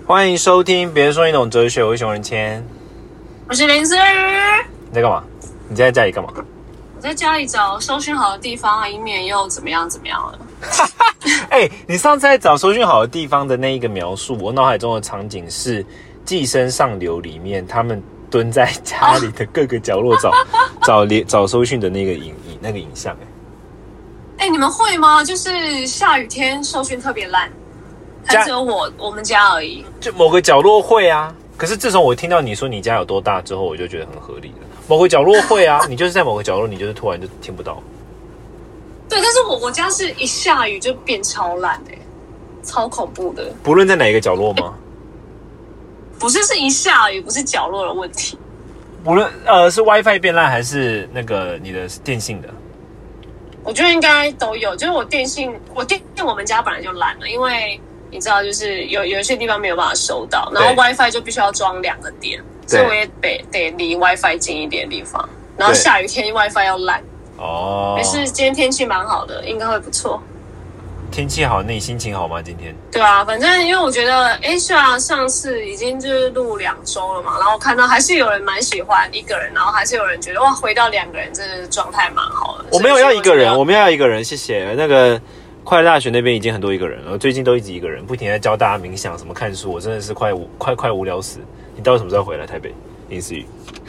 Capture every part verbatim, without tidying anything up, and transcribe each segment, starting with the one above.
欢迎收听，别说你懂哲学，我是熊仁谦， 我是林思雨。 你在干嘛？你在家里干嘛？ 我在家里找搜寻好的地方啊，以免又怎么样怎么样了。 哎、欸，你上次在找搜寻好的地方的那一个描述，我脑海中的场景是《寄生上流》里面他们蹲在家里的各个角落找、找找搜寻的那个影影那个影像、欸。 哎、欸，你们会吗？就是下雨天搜寻特别烂，还只有我我们家而已。 就某个角落会啊，可是自从我听到你说你家有多大之后，我就觉得很合理了。某个角落会啊，你就是在某个角落，你就是突然就听不到。 对，但是我我家是一下雨就变超烂的、欸，超恐怖的。 不论在哪一个角落吗？ 不是，是一下雨，不是角落的问题。 不论呃是 WiFi 变烂还是那个你的电信的。 我觉得应该都有，就是我电信，我电信我们家本来就烂了，因为你知道，就是有有一些地方没有办法收到，然后 WiFi 就必须要装两个点，所以我也得得离 WiFi 近一点的地方。然后下雨天 WiFi 要烂，哦，没事，今天天气蛮好的，应该会不错。 天气好，那你心情好吗？今天？ 对啊，反正因为我觉得，哎，虽然上次已经就是录两周了嘛，然后看到还是有人蛮喜欢一个人，然后还是有人觉得哇，回到两个人，真的状态蛮好的。 我没有要一个人，我没有要一个人，谢谢。那个快乐大学那边已经很多一个人了，我最近都一直一个人，不停在教大家冥想，什么看书，我真的是快快快无聊死。你到底什么时候回来台北？林思雨。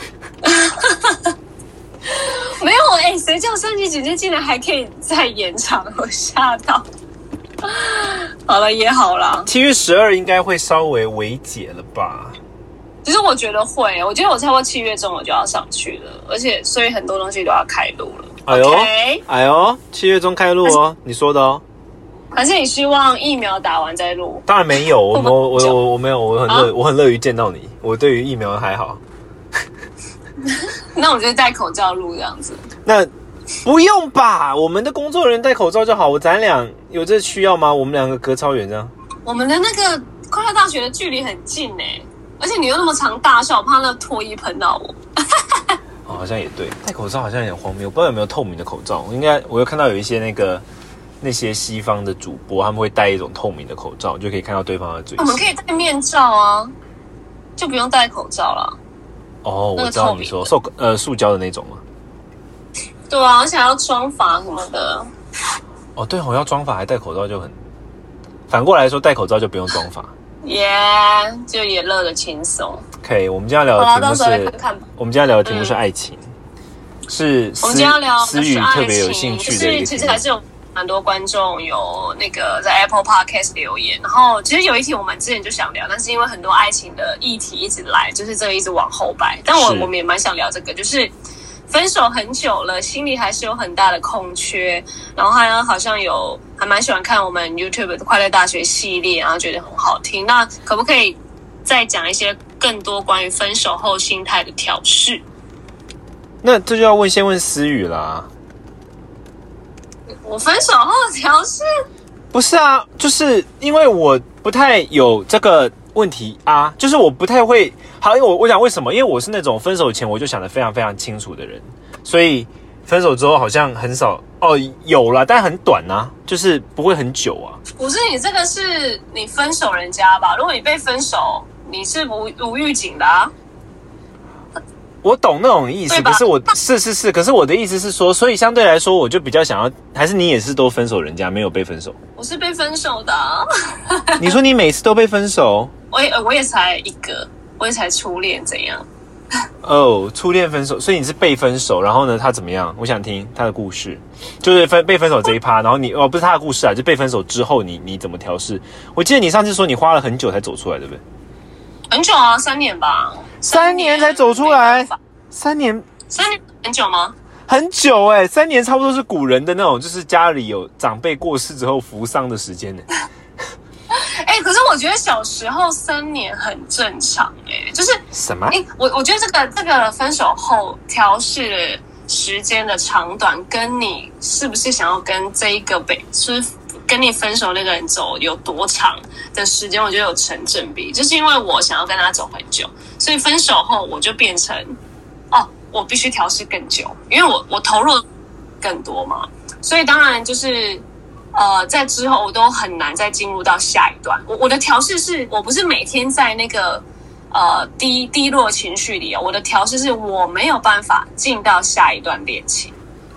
没有哎，谁叫三级警戒竟然还可以再延长？我吓到。好了也好啦， 七月十二应该会稍微微解了吧？ 其实我觉得会，我觉得我差不多七月中我就要上去了，而且所以很多东西都要开录了。 哎呦， okay? 哎呦，七月中开录哦，你说的哦。 还是你希望疫苗打完再录？ 当然没有，我我我我我没有，我很乐、啊、我很乐于见到你。我对于疫苗还好。 那我就戴口罩录这样子。 那。不用吧，我们的工作人员戴口罩就好。咱俩有这需要吗？我们两个隔超远这样。 我们的那个快乐大学的距离很近哎，而且你又那么常大笑，我怕那唾液喷到我。 哦，好像也对，戴口罩好像有点荒谬。我不知道有没有透明的口罩，应该我有看到有一些那个那些西方的主播，他们会戴一种透明的口罩，就可以看到对方的嘴。 我们可以戴面罩啊，就不用戴口罩了。 哦，我知道你说塑呃塑胶的那种吗？ 对啊，而且还要妆发什么的。 哦，对，我要妆发还戴口罩就很。反过来说，戴口罩就不用妆发。 耶、yeah, ，就也乐得轻松。 可以，我们今天要聊的题目是， 看看我们今天要聊的题目是爱情，嗯、是我们今天要聊思雨特别有兴趣的一个题目。 其实还是有蛮多观众有那个在 Apple Podcast 留言，然后其实有一题我们之前就想聊，但是因为很多爱情的议题一直来，就是这个一直往后摆。但我我们也蛮想聊这个，就是。分手很久了，心里还是有很大的空缺，然后还好像有还蛮喜欢看我们 YouTube 的快乐大学系列，然后觉得很好听。那可不可以再讲一些更多关于分手后心态的调试？ 那这就要问先问思雨啦。 我分手后调试？ 不是啊，就是因为我不太有这个问题啊，就是我不太会。好，因为我我讲为什么？因为我是那种分手前我就想得非常非常清楚的人，所以分手之后好像很少哦，有啦，但很短啊，就是不会很久啊。 不是你这个是你分手人家吧？如果你被分手，你是无无预警的啊。 我懂那种意思，可是我是是是，可是我的意思是说，所以相对来说，我就比较想要，还是你也是都分手人家，没有被分手？ 我是被分手的、啊。 你说你每次都被分手？ 我也我也才一个。我也才初恋怎样？ 哦， oh, 初恋分手，所以你是被分手，然后呢，他怎么样？我想听他的故事，就是分被分手这一趴，然后你哦，不是他的故事啊，就被分手之后你你怎么调试？我记得你上次说你花了很久才走出来，对不对？ 很久啊，三年吧。 三年才走出来？三年？ 三年很久吗？ 很久哎、欸，三年差不多是古人的那种，就是家里有长辈过世之后服丧的时间呢、欸。 哎、欸，可是我觉得小时候三年很正常哎、欸，就是什么？ 哎、欸，我我觉得这个这个分手后调试时间的长短，跟你是不是想要跟这一个被是跟你分手那个人走有多长的时间，我觉得有成正比。就是因为我想要跟他走很久，所以分手后我就变成哦，我必须调试更久，因为我我投入更多嘛，所以当然就是。呃， 呃，在之后我都很难再进入到下一段。我我的调试是我不是每天在那个呃低低落情绪里哦，我的调试是我没有办法进到下一段恋情。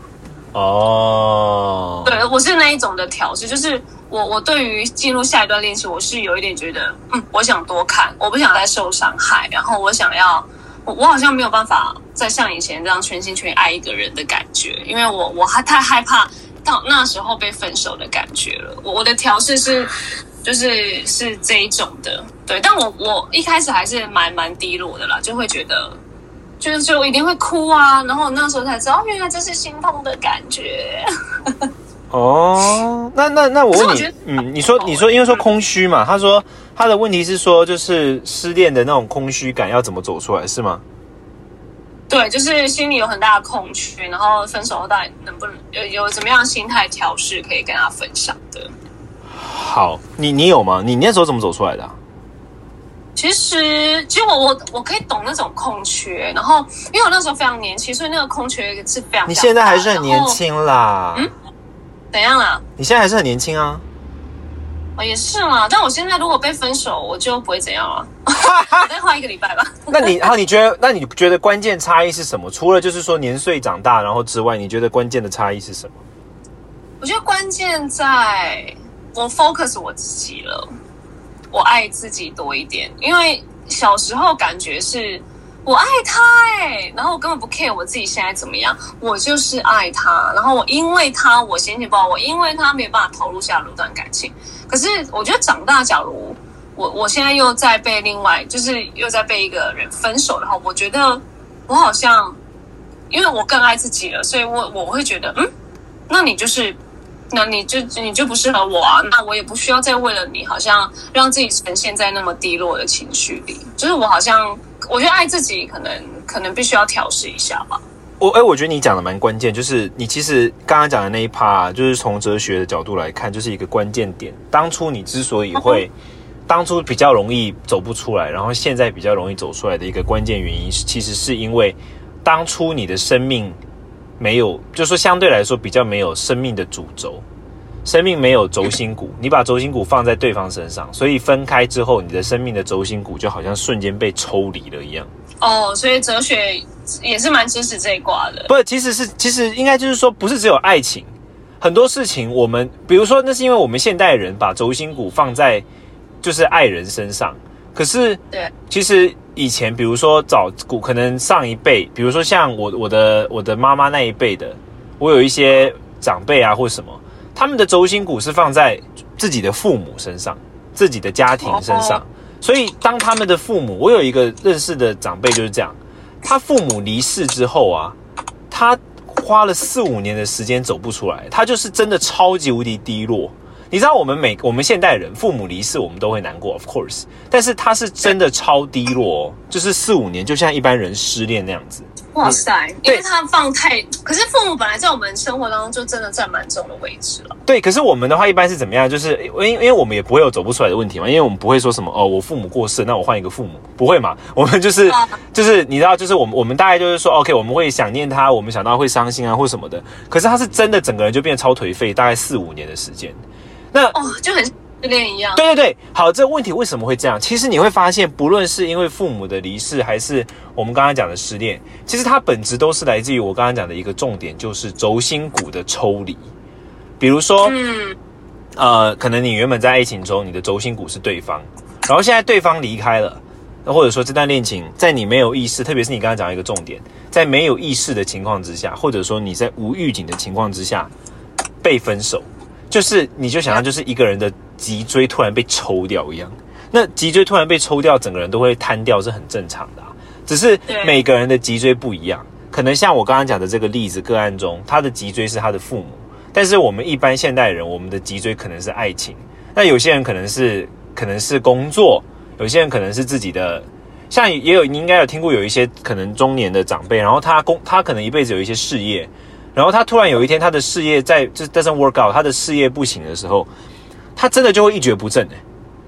哦， 对，我是那一种的调试，就是我我对于进入下一段恋情，我是有一点觉得，嗯，我想多看，我不想再受伤害，然后我想要，我我好像没有办法再像以前这样全心全意爱一个人的感觉，因为我我还太害怕到那时候被分手的感觉了。我我的调试是就是是这一种的，对，但我我一开始还是蛮蛮低落的啦，就会觉得。就是就我一定会哭啊，然后那时候才知道，原来这是心痛的感觉。 哦，那那那我问你，嗯，你说你说因为说空虚嘛，他说他的问题是说就是失恋的那种空虚感要怎么走出来，是吗？ 对，就是心里有很大的空虚，然后分手后到底能不能有有怎么样的心态调试可以跟他分享的。 好，你你有吗？你那时候怎么走出来的啊？ 其实，其实我我我可以懂那种空缺，然后因为我那时候非常年轻，所以那个空缺是非常。 你现在还是很年轻啦。嗯， 怎样啦？ 你现在还是很年轻啊。 哦，也是啦，但我现在如果被分手，我就不会怎样了。我再花一个礼拜吧。 那你，然后你觉得，那你觉得关键差异是什么？除了就是说年岁长大，然后之外，你觉得关键的差异是什么？ 我觉得关键在我 focus 我自己了。我爱自己多一点，因为小时候感觉是我爱他哎、欸，然后我根本不 care 我自己现在怎么样，我就是爱他，然后我因为他我心情不好，我因为他没有办法投入下这段感情。可是我觉得长大，假如我我现在又在被另外就是又在被一个人分手的话，我觉得我好像因为我更爱自己了，所以我我会觉得嗯，那你就是。那你就你就不适合我啊，那我也不需要再为了你好像让自己呈现在那么低落的情绪里，就是我好像我觉得爱自己可能可能必须要调试一下吧。 我哎、欸，我觉得你讲的蛮关键，就是你其实刚刚讲的那一趴、啊，就是从哲学的角度来看，就是一个关键点。当初你之所以会、嗯、当初比较容易走不出来，然后现在比较容易走出来的一个关键原因，其实是因为当初你的生命。没有，就是说相对来说比较没有生命的主轴，生命没有轴心骨，你把轴心骨放在对方身上，所以分开之后，你的生命的轴心骨就好像瞬间被抽离了一样。 哦，所以哲学也是蛮支持这一卦的。 不，其实是其实应该就是说，不是只有爱情，很多事情我们，比如说那是因为我们现代人把轴心骨放在就是爱人身上，可是对，其实。以前，比如说早古可能上一辈，比如说像我我的我的妈妈那一辈的，我有一些长辈啊或什么，他们的轴心骨是放在自己的父母身上，自己的家庭身上。所以当他们的父母，我有一个认识的长辈就是这样，他父母离世之后啊，他花了四五年的时间走不出来，他就是真的超级无敌低落。你知道我们每我们现代人父母离世我们都会难过 of course， 但是他是真的超低落、哦，就是四五年就像一般人失恋那样子。 哇塞，因为他放太，可是父母本来在我们生活当中就真的占蛮重的位置了。 对，可是我们的话一般是怎么样？就是因为因为我们也不会有走不出来的问题嘛，因为我们不会说什么哦，我父母过世，那我换一个父母，不会嘛？我们就是、啊、就是你知道，就是我们我们大概就是说 ，OK， 我们会想念他，我们想到会伤心啊或什么的。可是他是真的整个人就变得超颓废，大概四五年的时间。那哦，就很失恋一样。 对对对，好，这个问题为什么会这样？其实你会发现，不论是因为父母的离世，还是我们刚刚讲的失恋，其实它本质都是来自于我刚刚讲的一个重点，就是轴心骨的抽离。比如说，嗯，呃，可能你原本在爱情中，你的轴心骨是对方，然后现在对方离开了，那或者说这段恋情在你没有意识，特别是你刚刚讲的一个重点，在没有意识的情况之下，或者说你在无预警的情况之下被分手。就是你就想象就是一个人的脊椎突然被抽掉一样，那脊椎突然被抽掉，整个人都会瘫掉是很正常的、啊、只是每个人的脊椎不一样，可能像我刚刚讲的这个例子个案中，他的脊椎是他的父母，但是我们一般现代人，我们的脊椎可能是爱情，那有些人可能是可能是工作，有些人可能是自己的，像也有你应该有听过有一些可能中年的长辈，然后他工他可能一辈子有一些事业。然后他突然有一天，他的事业在就 doesn't work out， 他的事业不行的时候，他真的就会一蹶不振哎。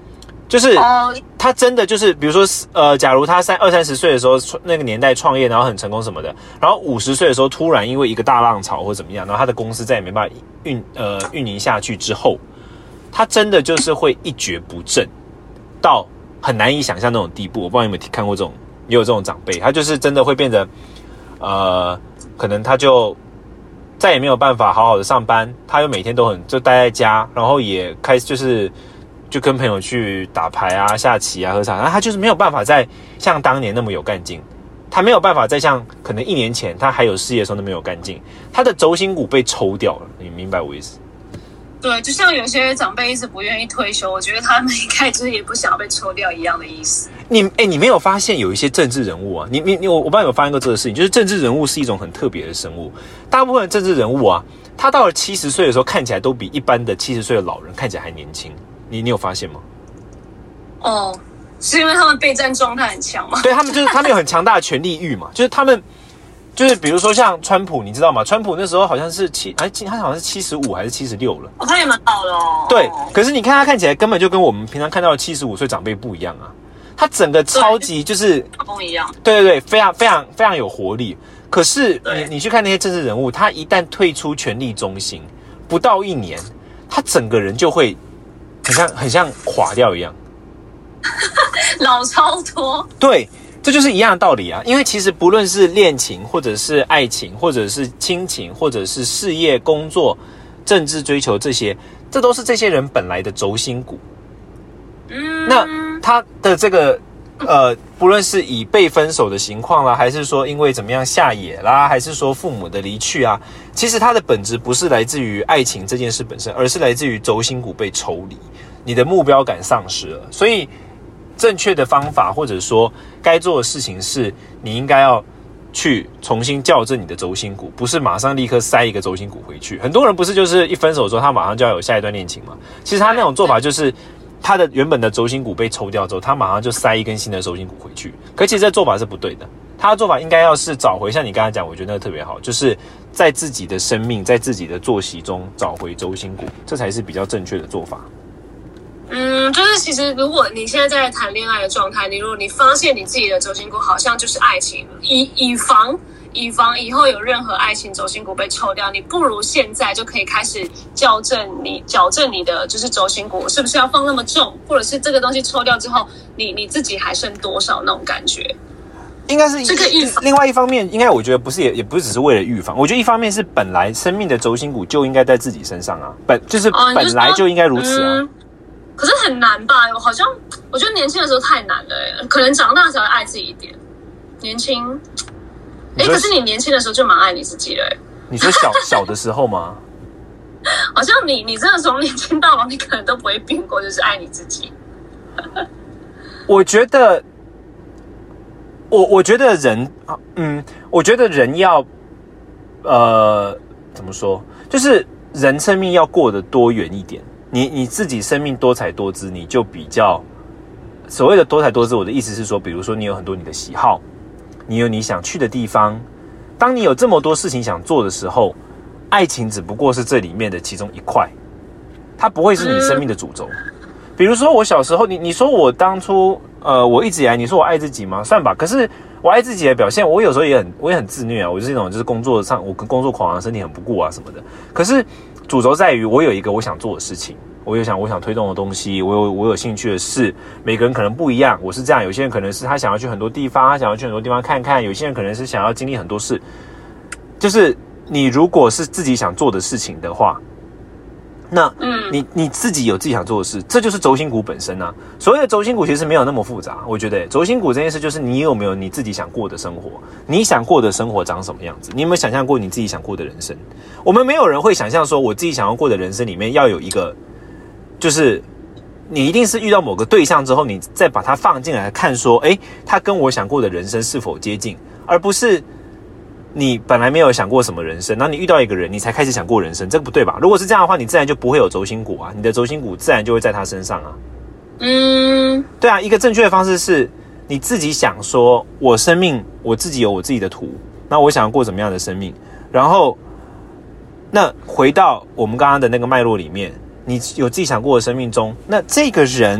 就是他真的就是，比如说，呃，假如他三二三十岁的时候那个年代创业，然后很成功什么的，然后五十岁的时候突然因为一个大浪潮或怎么样，然后他的公司再也没办法运呃运营下去之后，他真的就是会一蹶不振，到很难以想象那种地步。我不知道你有没有看过这种，也有这种长辈，他就是真的会变得，呃，可能他就再也没有办法好好的上班，他又每天都很就待在家，然后也开始就是。就跟朋友去打牌啊、下棋啊、喝茶，然后他就是没有办法再像当年那么有干劲，他没有办法再像可能一年前他还有事业的时候那么有干劲，他的轴心骨被抽掉了，你明白我意思？ 对，就像有些长辈一直不愿意退休，我觉得他们应该就是也不想要被抽掉一样的意思。 你哎、欸，你没有发现有一些政治人物啊？你你你我我不知道有没有发现过这个事情，就是政治人物是一种很特别的生物，大部分的政治人物啊，他到了七十岁的时候，看起来都比一般的七十岁的老人看起来还年轻。你你有发现吗？ 哦，是因为他们备战状态很强吗？ 对，他们就是他们有很强大的权力欲嘛，就是他们就是比如说像川普，你知道吗？川普那时候好像是七，哎，他好像是七十五还是七十六了？ 哦，他也蛮老的哦。 对，可是你看他看起来根本就跟我们平常看到的七十五岁长辈不一样啊，他整个超级就是不一样。 对对对，非常非常非常有活力。可是你你去看那些政治人物，他一旦退出权力中心，不到一年，他整个人就会。很像很像垮掉一样， 老超多。 对，这就是一样的道理啊。因为其实不论是恋情，或者是爱情，或者是亲情，或者是事业、工作、政治追求这些，这都是这些人本来的轴心骨。嗯，那他的这个呃，不论是以被分手的情况啦，还是说因为怎么样下野啦，还是说父母的离去啊，其实它的本质不是来自于爱情这件事本身，而是来自于轴心骨被抽离，你的目标感丧失了。所以正确的方法或者说该做的事情是，你应该要去重新校正你的轴心骨，不是马上立刻塞一个轴心骨回去。很多人不是就是一分手之后他马上就要有下一段恋情嘛？其实他那种做法就是他的原本的轴心骨被抽掉之后，他马上就塞一根新的轴心骨回去。可其实这做法是不对的，他的做法应该要是找回，像你刚才讲，我觉得那个特别好，就是在自己的生命、在自己的作息中找回轴心骨，这才是比较正确的做法。 嗯，就是其实如果你现在在谈恋爱的状态，你如果你发现你自己的轴心骨好像就是爱情，以以防以防以后有任何爱情轴心骨被抽掉，你不如现在就可以开始校正你矫正你的就是轴心骨是不是要放那么重，或者是这个东西抽掉之后，你你自己还剩多少那种感觉。 应该是这个预防。 另外一方面，应该我觉得不是也也不是只是为了预防，我觉得一方面是本来生命的轴心骨就应该在自己身上啊，本就是本来就应该如此啊。 嗯，可是很难吧？我好像我觉得年轻的时候太难了，可能长大才会爱自己一点。年轻，哎，可是你年轻的时候就蛮爱你自己的。 你说小小的时候吗？ 好像你你真的从年轻到老，你可能都不会变过，就是爱你自己。 我觉得，我我觉得人，嗯，我觉得人要，呃，怎么说？就是人生命要过得多元一点。你你自己生命多彩多姿，你就比较所谓的多彩多姿。我的意思是说，比如说你有很多你的喜好，你有你想去的地方。当你有这么多事情想做的时候，爱情只不过是这里面的其中一块，它不会是你生命的主轴。比如说我小时候，你你说我当初呃，我一直以来你说我爱自己吗？算吧。可是我爱自己的表现，我有时候也很我也很自虐啊。我就是那种就是工作上我跟工作狂啊，身体很不顾啊什么的。可是主轴在于我有一个我想做的事情，我有想我想推动的东西，我有我有兴趣的事。每个人可能不一样，我是这样，有些人可能是他想要去很多地方，他想要去很多地方看看，有些人可能是想要经历很多事。就是你如果是自己想做的事情的话，那你你自己有自己想做的事，这就是轴心骨本身啊。所谓的轴心骨其实没有那么复杂，我觉得轴心骨这件事就是你有没有你自己想过的生活，你想过的生活长什么样子，你有没有想象过你自己想过的人生？我们没有人会想象说我自己想要过的人生里面要有一个，就是你一定是遇到某个对象之后，你再把它放进来看说，诶，他跟我想过的人生是否接近，而不是你本来没有想过什么人生，然后你遇到一个人，你才开始想过人生，这个不对吧？如果是这样的话，你自然就不会有轴心骨啊，你的轴心骨自然就会在他身上啊。嗯，对啊，一个正确的方式是你自己想说，我生命我自己有我自己的图，那我想要过怎么样的生命，然后那回到我们刚刚的那个脉络里面，你有自己想过的生命中，那这个人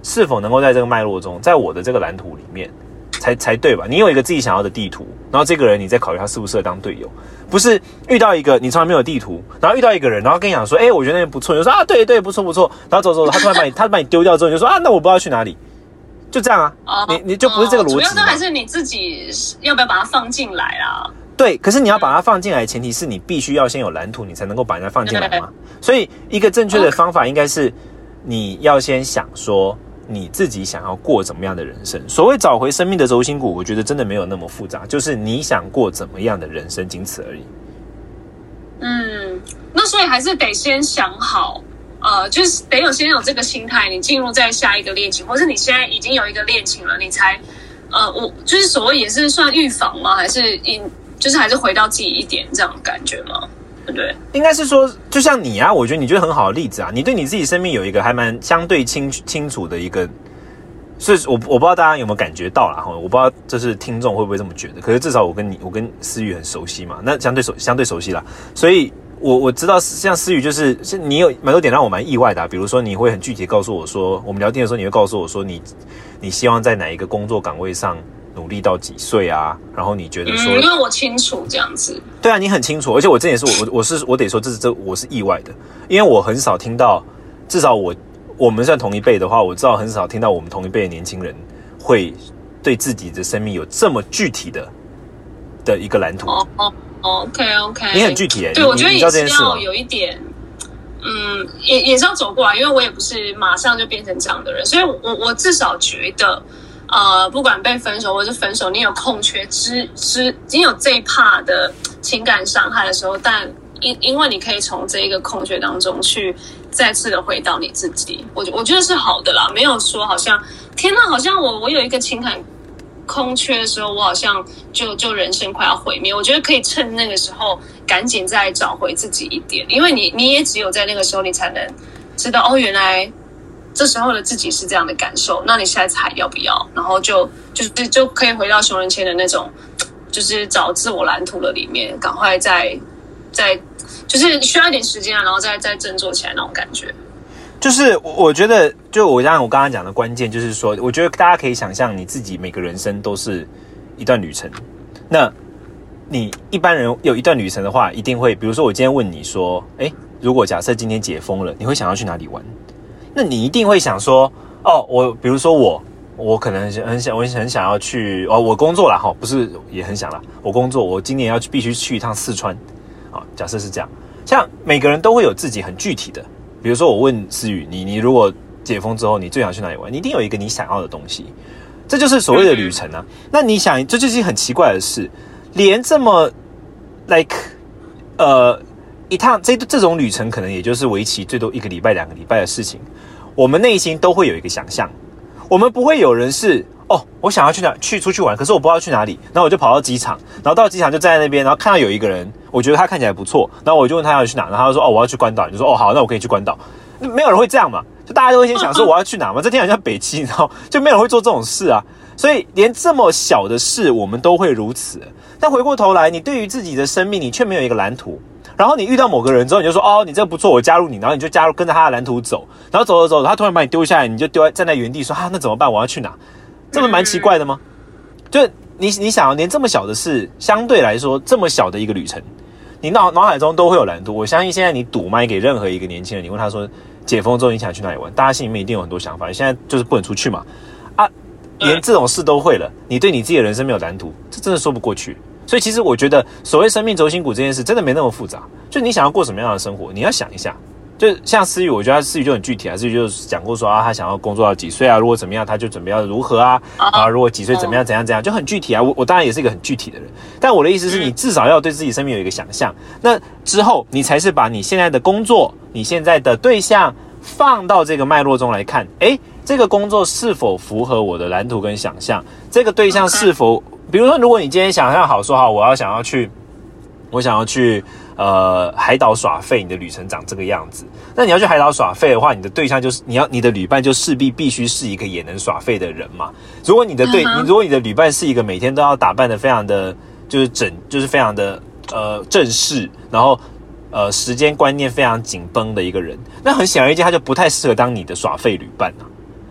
是否能够在这个脉络中，在我的这个蓝图里面才才对吧？你有一个自己想要的地图，然后这个人你再考虑他适不适合当队友，不是遇到一个你从来没有地图，然后遇到一个人，然后跟你讲说，哎、欸，我觉得那边不错，你就说啊，对对，不错不错，然后走走走，他突然把你他把你丢掉之后，你就说啊，那我不知道去哪里，就这样啊，哦、你你就不是这个逻辑、哦。主要都还是你自己要不要把它放进来啊？ 对，可是你要把它放进来的前提是你必须要先有蓝图，你才能够把人家放进来嘛。所以一个正确的方法应该是你要先想说你自己想要过怎么样的人生。所谓找回生命的轴心骨，我觉得真的没有那么复杂，就是你想过怎么样的人生，仅此而已。 嗯，那所以还是得先想好，呃，就是得有先有这个心态，你进入在下一个恋情，或是你现在已经有一个恋情了，你才呃，我就是所谓也是算预防吗？还是因就是还是回到自己一点这样的感觉吗？对不对？应该是说，就像你啊，我觉得你就是很好的例子啊。你对你自己生命有一个还蛮相对清清楚的一个，所以我我不知道大家有没有感觉到啦，我不知道就是听众会不会这么觉得。可是至少我跟你，我跟思雨很熟悉嘛，那相对熟相对熟悉啦，所以我我知道像思雨就是你有蛮多点让我蛮意外的、啊，比如说你会很具体地告诉我说，我们聊天的时候你会告诉我说你你希望在哪一个工作岗位上努力到几岁啊？然后你觉得说， 嗯，因为我清楚这样子。 对啊，你很清楚，而且我这也是我我是我得说这是这我是意外的，因为我很少听到，至少我我们算同一辈的话，我知道很少听到我们同一辈的年轻人会对自己的生命有这么具体的的一个蓝图。 哦哦 ，OK OK， 你很具体哎、欸， 对， 你我觉得也是要有一点。嗯，也也是要走过来，因为我也不是马上就变成这样的人，所以我我至少觉得。呃，不管被分手或是分手，你有空缺之之，你有这一 part 的情感伤害的时候，但因因为你可以从这一个空缺当中去再次的回到你自己，我我觉得是好的啦，没有说好像天哪，好像我我有一个情感空缺的时候，我好像就就人生快要毁灭。我觉得可以趁那个时候赶紧再找回自己一点，因为你你也只有在那个时候，你才能知道哦，原来。这时候的自己是这样的感受，那你下次还要不要？然后就就是就可以回到熊仁谦的那种，就是找自我蓝图的里面，赶快再再就是需要一点时间啊，然后再再振作起来那种感觉。 就是我觉得，就我像我刚刚讲的关键，就是说，我觉得大家可以想象你自己每个人生都是一段旅程。那你一般人有一段旅程的话，一定会，比如说我今天问你说，哎，如果假设今天解封了，你会想要去哪里玩？那你一定会想说，哦，我比如说我，我可能很想，我很想要去哦，我工作啦，哈，不是也很想啦，我工作，我今年要去必须去一趟四川，好，假设是这样，像每个人都会有自己很具体的，比如说我问思雨，你你如果解封之后，你最想去哪里玩？你一定有一个你想要的东西，这就是所谓的旅程啊。那你想，这就是很奇怪的事，连这么 like 呃。一趟这这种旅程可能也就是为期最多一个礼拜、两个礼拜的事情，我们内心都会有一个想象，我们不会有人是哦，我想要去哪去出去玩，可是我不知道去哪里，然后我就跑到机场，然后到机场就站在那边，然后看到有一个人，我觉得他看起来不错，然后我就问他要去哪，然后他就说哦我要去关岛，你就说哦好，那我可以去关岛，没有人会这样嘛，就大家都会先想说我要去哪嘛，这听起来像北七，你知道，就没有人会做这种事啊，所以连这么小的事我们都会如此，但回过头来，你对于自己的生命，你却没有一个蓝图。然后你遇到某个人之后，你就说哦，你这个不错，我加入你，然后你就加入跟着他的蓝图走，然后走走走，他突然把你丢下来，你就丢在站在原地说啊，那怎么办？我要去哪？这不蛮奇怪的吗？就你你想，连这么小的事，相对来说这么小的一个旅程，你脑脑海中都会有蓝图。我相信现在你堵麦给任何一个年轻人，你问他说解封之后你想去哪里玩，大家心里面一定有很多想法。现在就是不能出去嘛，啊，连这种事都会了，你对你自己的人生没有蓝图，这真的说不过去。所以其实我觉得所谓生命轴心骨这件事真的没那么复杂，就你想要过什么样的生活，你要想一下。就像思雨，我觉得思雨就很具体啊，思雨就讲过说啊，他想要工作到几岁啊，如果怎么样他就准备要如何啊，啊，如果几岁怎么样怎样怎样，就很具体啊。我我当然也是一个很具体的人，但我的意思是你至少要对自己生命有一个想象，那之后你才是把你现在的工作、你现在的对象放到这个脉络中来看，诶，这个工作是否符合我的蓝图跟想象？这个对象是否？比如说，如果你今天想象好说好，我要想要去，我想要去呃海岛耍废，你的旅程长这个样子。那你要去海岛耍废的话，你的对象就是你要你的旅伴就势必必须是一个也能耍废的人嘛。如果你的对，你如果你的旅伴是一个每天都要打扮的非常的就是整，就是非常的呃正式，然后呃时间观念非常紧绷的一个人，那很显而易见，他就不太适合当你的耍废旅伴啊。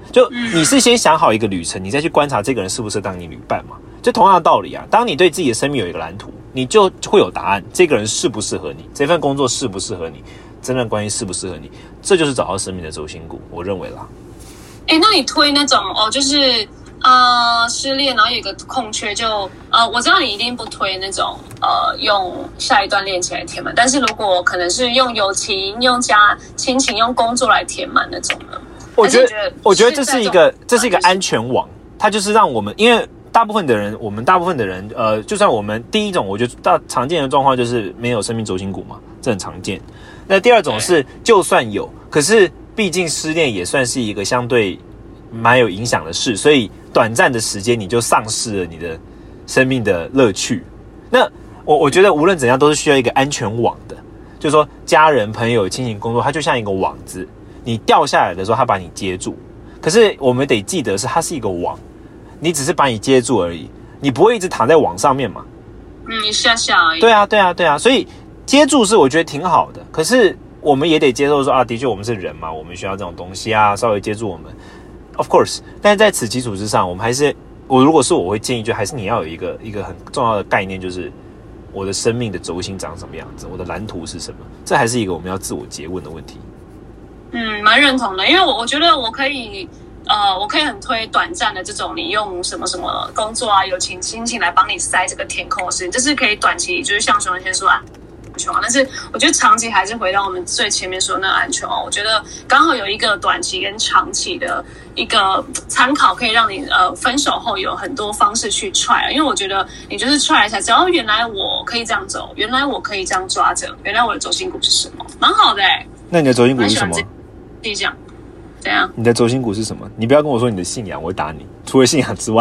就你是先想好一个旅程，你再去观察这个人适不适合当你旅伴嘛。就同样的道理啊，当你对自己的生命有一个蓝图，你就会有答案，这个人适不适合你，这份工作适不适合你，真正关系适不适合你，这就是找到生命的轴心骨，我认为啦。 哎，那你推那种哦，就是呃失恋，然后有一个空缺就，呃，我知道你一定不推那种呃用下一段恋情来填满，但是如果可能是用友情、用家亲情、用工作来填满那种呢？ 我觉得，我觉得这是一个这是一个安全网，它就是让我们，因为大部分的人，我们大部分的人，呃，就算我们第一种，我觉得大常见的状况就是没有生命轴心骨嘛，这很常见。那第二种是，就算有，可是毕竟失恋也算是一个相对蛮有影响的事，所以短暂的时间你就丧失了你的生命的乐趣。那我我觉得无论怎样都是需要一个安全网的，就是说家人、朋友、亲情、工作，它就像一个网子，你掉下来的时候，它把你接住。可是我们得记得是它是一个网。你只是把你接住而已，你不会一直躺在网上面嘛？ 嗯，一下下而已。 对啊，对啊，对啊，所以接住是我觉得挺好的。可是我们也得接受说啊，的确我们是人嘛，我们需要这种东西啊，稍微接住我们 ，of course。但是在此基础之上，我们还是我如果是我会建议，就还是你要有一个一个很重要的概念，就是我的生命的轴心长什么样子，我的蓝图是什么，这还是一个我们要自我诘问的问题。 嗯，蛮认同的，因为我我觉得我可以。呃，我可以很推短暂的这种，你用什么什么工作啊、友情、亲情来帮你塞这个填空的事情，这是可以短期，就是像熊文先说安全网，但是我觉得长期还是回到我们最前面说的那个安全网。我觉得刚好有一个短期跟长期的一个参考，可以让你呃分手后有很多方式去 try， 因为我觉得你就是 try 一下，只要原来我可以这样走，原来我可以这样抓着，原来我的轴心骨是什么，蛮好的哎、欸。 那你的轴心骨是什么？ 自己讲。怎样？ 你的轴心骨是什么？你不要跟我说你的信仰，我会打你。除了信仰之外，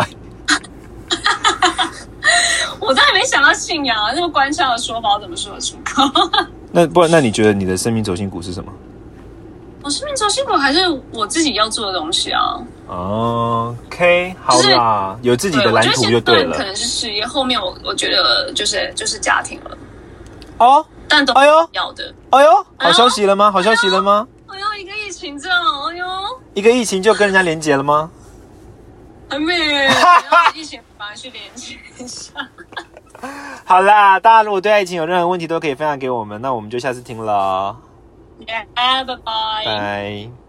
我当然没想到信仰啊，那么官腔的说法，我怎么说得出口？ 那不然，那你觉得你的生命轴心骨是什么？ 我生命轴心骨还是我自己要做的东西啊。 哦 OK， 好啦，就是、有自己的蓝图就对了。 可能是事业，后面我我觉得就是就是家庭了。 哦， 但都哎呦要的。 哎呦，好消息了吗？好消息了吗？ 哎呦，一个疫情这样，哎呦， 一个疫情就跟人家连结了吗？ 还没，疫情反而去连接一下。 好啦，大家如果对爱情有任何问题，都可以分享给我们，那我们就下次听了。 Yeah，拜拜。 拜。